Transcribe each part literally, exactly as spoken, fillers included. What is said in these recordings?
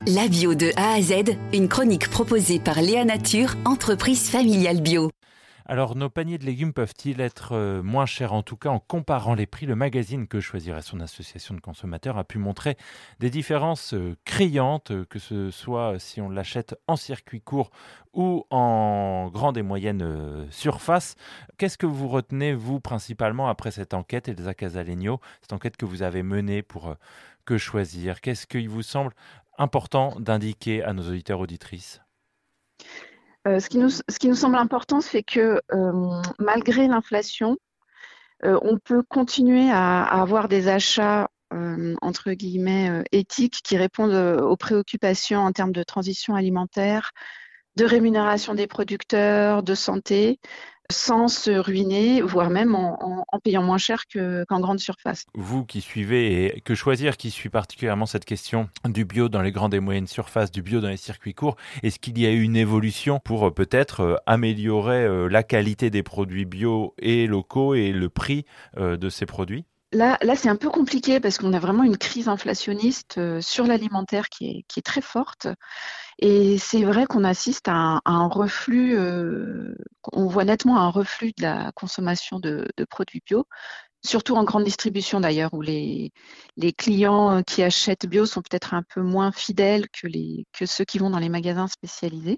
La bio de A à Z, une chronique proposée par Léa Nature, entreprise familiale bio. Alors, nos paniers de légumes peuvent-ils être euh, moins chers? En tout cas, en comparant les prix, le magazine Que Choisir et son association de consommateurs a pu montrer des différences euh, criantes, euh, que ce soit si on l'achète en circuit court ou en grande et moyenne euh, surface. Qu'est-ce que vous retenez, vous, principalement, après cette enquête, Elsa Casalegno, cette enquête que vous avez menée pour euh, Que Choisir? Qu'est-ce qu'il vous semble important d'indiquer à nos auditeurs auditrices? Euh, ce, qui nous, ce qui nous semble important, c'est que euh, malgré l'inflation, euh, on peut continuer à, à avoir des achats euh, entre guillemets euh, éthiques qui répondent euh, aux préoccupations en termes de transition alimentaire, de rémunération des producteurs, de santé, sans se ruiner, voire même en, en, en payant moins cher que, qu'en grande surface. Vous qui suivez et Que Choisir, qui suit particulièrement cette question du bio dans les grandes et moyennes surfaces, du bio dans les circuits courts, est-ce qu'il y a eu une évolution pour euh, peut-être euh, améliorer euh, la qualité des produits bio et locaux et le prix euh, de ces produits ? Là, là, c'est un peu compliqué parce qu'on a vraiment une crise inflationniste euh, sur l'alimentaire qui est, qui est très forte. Et c'est vrai qu'on assiste à un, à un reflux, euh, on voit nettement un reflux de la consommation de, de produits bio, surtout en grande distribution d'ailleurs, où les, les clients qui achètent bio sont peut-être un peu moins fidèles que, les, que ceux qui vont dans les magasins spécialisés.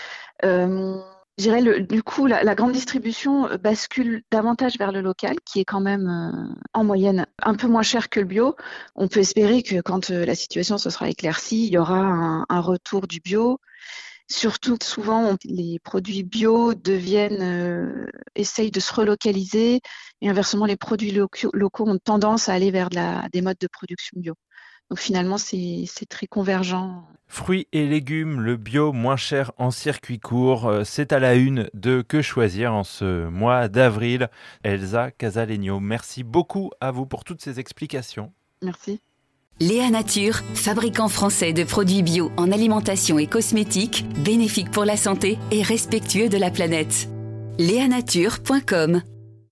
Euh, Je dirais, le, du coup, la, la grande distribution bascule davantage vers le local, qui est quand même euh, en moyenne un peu moins cher que le bio. On peut espérer que quand euh, la situation se sera éclaircie, il y aura un, un retour du bio. Surtout que souvent, on, les produits bio deviennent, euh, essayent de se relocaliser, et inversement, les produits locaux, locaux ont tendance à aller vers de la, des modes de production bio. Donc finalement, c'est, c'est très convergent. Fruits et légumes, le bio moins cher en circuit court, c'est à la une de Que Choisir en ce mois d'avril. Elsa Casalegno, merci beaucoup à vous pour toutes ces explications. Merci. Léa Nature, fabricant français de produits bio en alimentation et cosmétiques, bénéfiques pour la santé et respectueux de la planète. léa nature point com